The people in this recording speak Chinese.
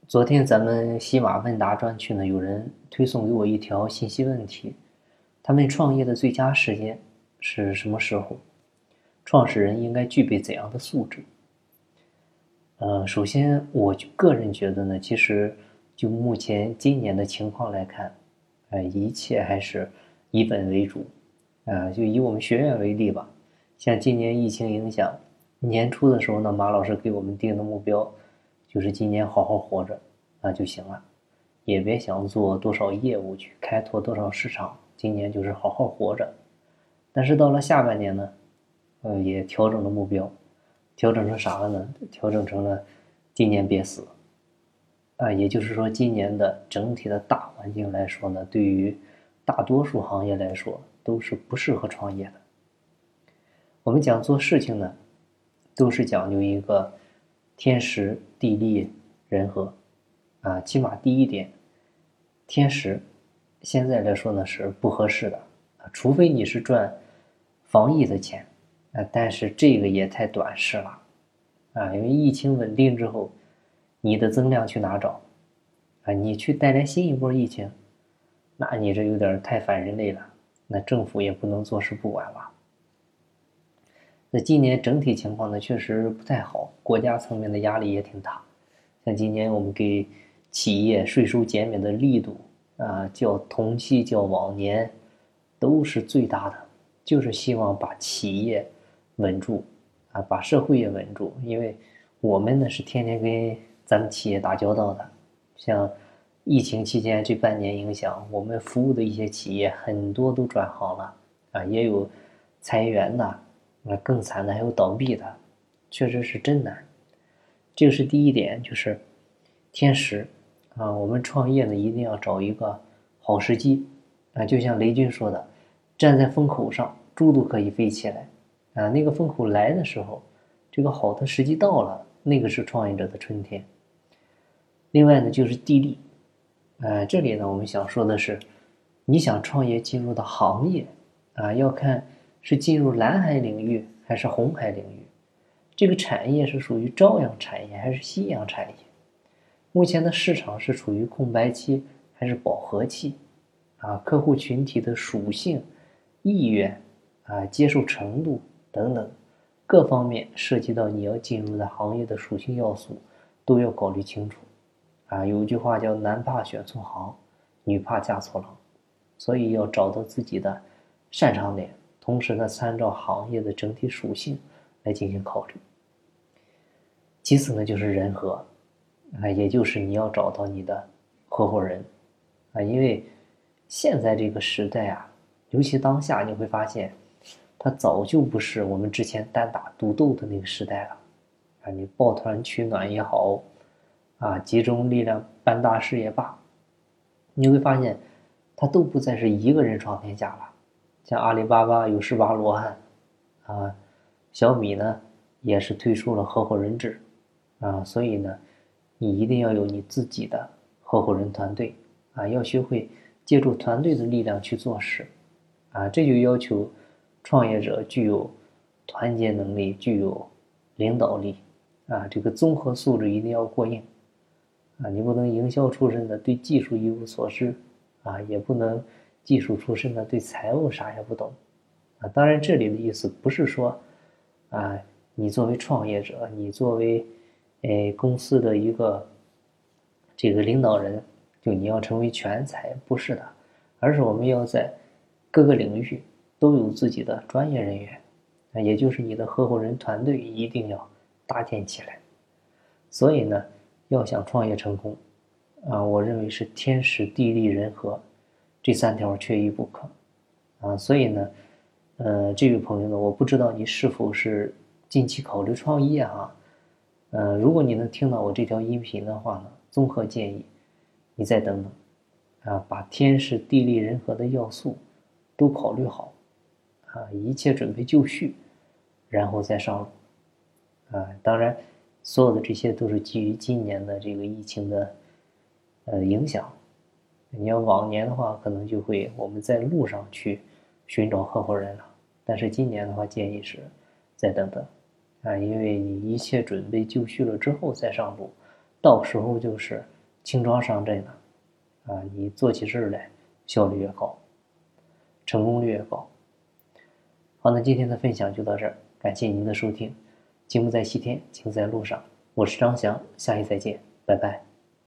昨天咱们喜马问答专区呢，有人推送给我一条信息问题，他们创业的最佳时间是什么时候？创始人应该具备怎样的素质？首先我个人觉得呢，其实就目前今年的情况来看，一切还是以本为主，就以我们学院为例吧，像今年疫情影响，年初的时候呢，马老师给我们定的目标就是今年好好活着就行了，也别想做多少业务去开拓多少市场，今年就是好好活着。但是到了下半年呢，也调整了目标，调整成啥了呢？调整成了今年别死也就是说今年的整体的大环境来说呢，对于大多数行业来说都是不适合创业的。我们讲做事情呢，都是讲究一个天时地利人和起码第一点，天时现在来说呢是不合适的除非你是赚防疫的钱但是这个也太短视了因为疫情稳定之后，你的增量去哪找你去带来新一波疫情，那你这有点太反人类了，那政府也不能坐视不管吧。那今年整体情况呢确实不太好，国家层面的压力也挺大，像今年我们给企业税收减免的力度较同期较往年都是最大的，就是希望把企业稳住把社会也稳住，因为我们呢是天天跟咱们企业打交道的，像疫情期间这半年影响，我们服务的一些企业很多都转行了也有裁员的，更惨的还有倒闭的，确实是真难。这个是第一点，就是天时我们创业呢一定要找一个好时机就像雷军说的，站在风口上，猪都可以飞起来那个风口来的时候，这个好的时机到了，那个是创业者的春天。另外呢就是地利这里呢我们想说的是，你想创业进入的行业要看是进入蓝海领域还是红海领域，这个产业是属于朝阳产业还是夕阳产业，目前的市场是处于空白期还是饱和期客户群体的属性、意愿接受程度等等各方面涉及到你要进入的行业的属性要素都要考虑清楚有句话叫男怕选错行，女怕嫁错郎，所以要找到自己的擅长点，同时呢参照行业的整体属性来进行考虑。其次呢就是人和也就是你要找到你的合伙人因为现在这个时代尤其当下你会发现，它早就不是我们之前单打独斗的那个时代了你抱团取暖也好集中力量办大事也罢，你会发现它都不再是一个人闯天下了。像阿里巴巴有18罗汉小米呢也是推出了合伙人制所以呢你一定要有你自己的合伙人团队要学会借助团队的力量去做事这就要求创业者具有团结能力，具有领导力这个综合素质一定要过硬你不能营销出身的对技术一无所知也不能技术出身的对财务啥也不懂当然这里的意思不是说你作为创业者，你作为公司的一个这个领导人，就你要成为全才，不是的，而是我们要在各个领域都有自己的专业人员也就是你的合伙人团队一定要搭建起来。所以呢要想创业成功我认为是天时地利人和这3条缺一不可所以呢这位朋友呢，我不知道你是否是近期考虑创业如果你能听到我这条音频的话呢，综合建议你再等等把天时地利人和的要素都考虑好一切准备就绪，然后再上路当然所有的这些都是基于今年的这个疫情的影响。你要往年的话可能就会我们在路上去寻找合伙人了，但是今年的话建议是再等等因为你一切准备就绪了之后再上路，到时候就是轻装上阵了你做起事来效率越高，成功率越高。好，那今天的分享就到这儿，感谢您的收听。金不在西天，金在路上。我是张翔，下期再见，拜拜。